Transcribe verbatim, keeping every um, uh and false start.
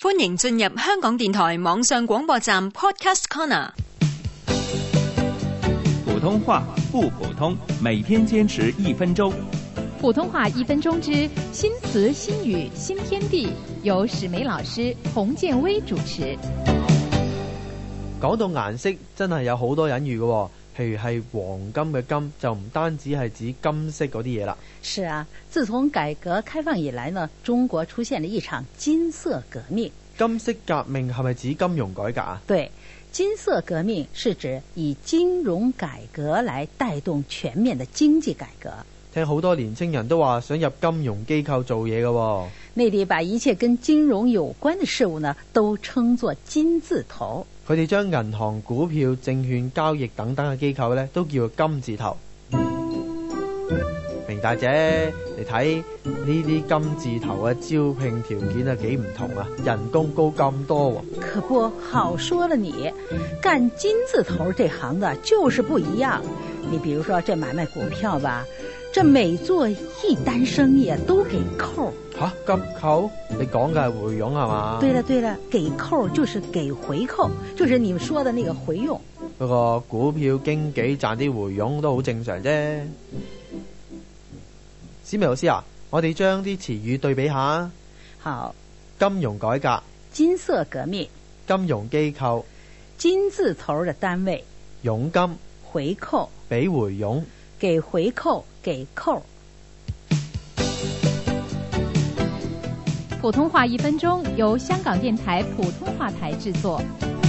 歡迎進入香港電台網上廣播站 Podcast Corner。 普通話不普通，每天堅持一分鐘。 普通話一分鐘之新詞新語新天地，由史梅老師洪建威主持。 講到顏色，真係有好多隱喻嘅，譬如係黃金嘅金，就唔單止係指金色嗰啲嘢啦。 是啊，自從改革開放以來呢，中國出現了一場金色革命。 金色革命係咪指金融改革啊？ 對，金色革命是指以金融改革來帶動全面的經濟改革。 聽好多年輕人都話想入金融機構做嘢嘅。 內地把一切跟金融有關的事物呢，都稱作金字頭。 佢哋將銀行、股票、證券交易等等嘅機構呢，都叫做金字頭。明大姐，你睇呢啲金字頭嘅招聘條件啊，幾唔同啊，人工高咁多喎。 可不好說了你，幹金字頭這行的就是不一樣。你比如說這買賣股票吧，這每做一單生意都給扣。 吓，急扣？你講嘅係回佣係嘛？ 對了對了，給扣就是給回扣，就是你們說的那個回佣。 不過股票經紀賺啲回佣都好正常啫。史明老師啊，我哋將啲詞語對比下。 好， 金融改革、 金色革命、 金融機構、 金字頭的單位、 佣金、 回扣、 俾回佣、 給回扣、給扣。 普通話一分鐘由香港電台普通話台製作。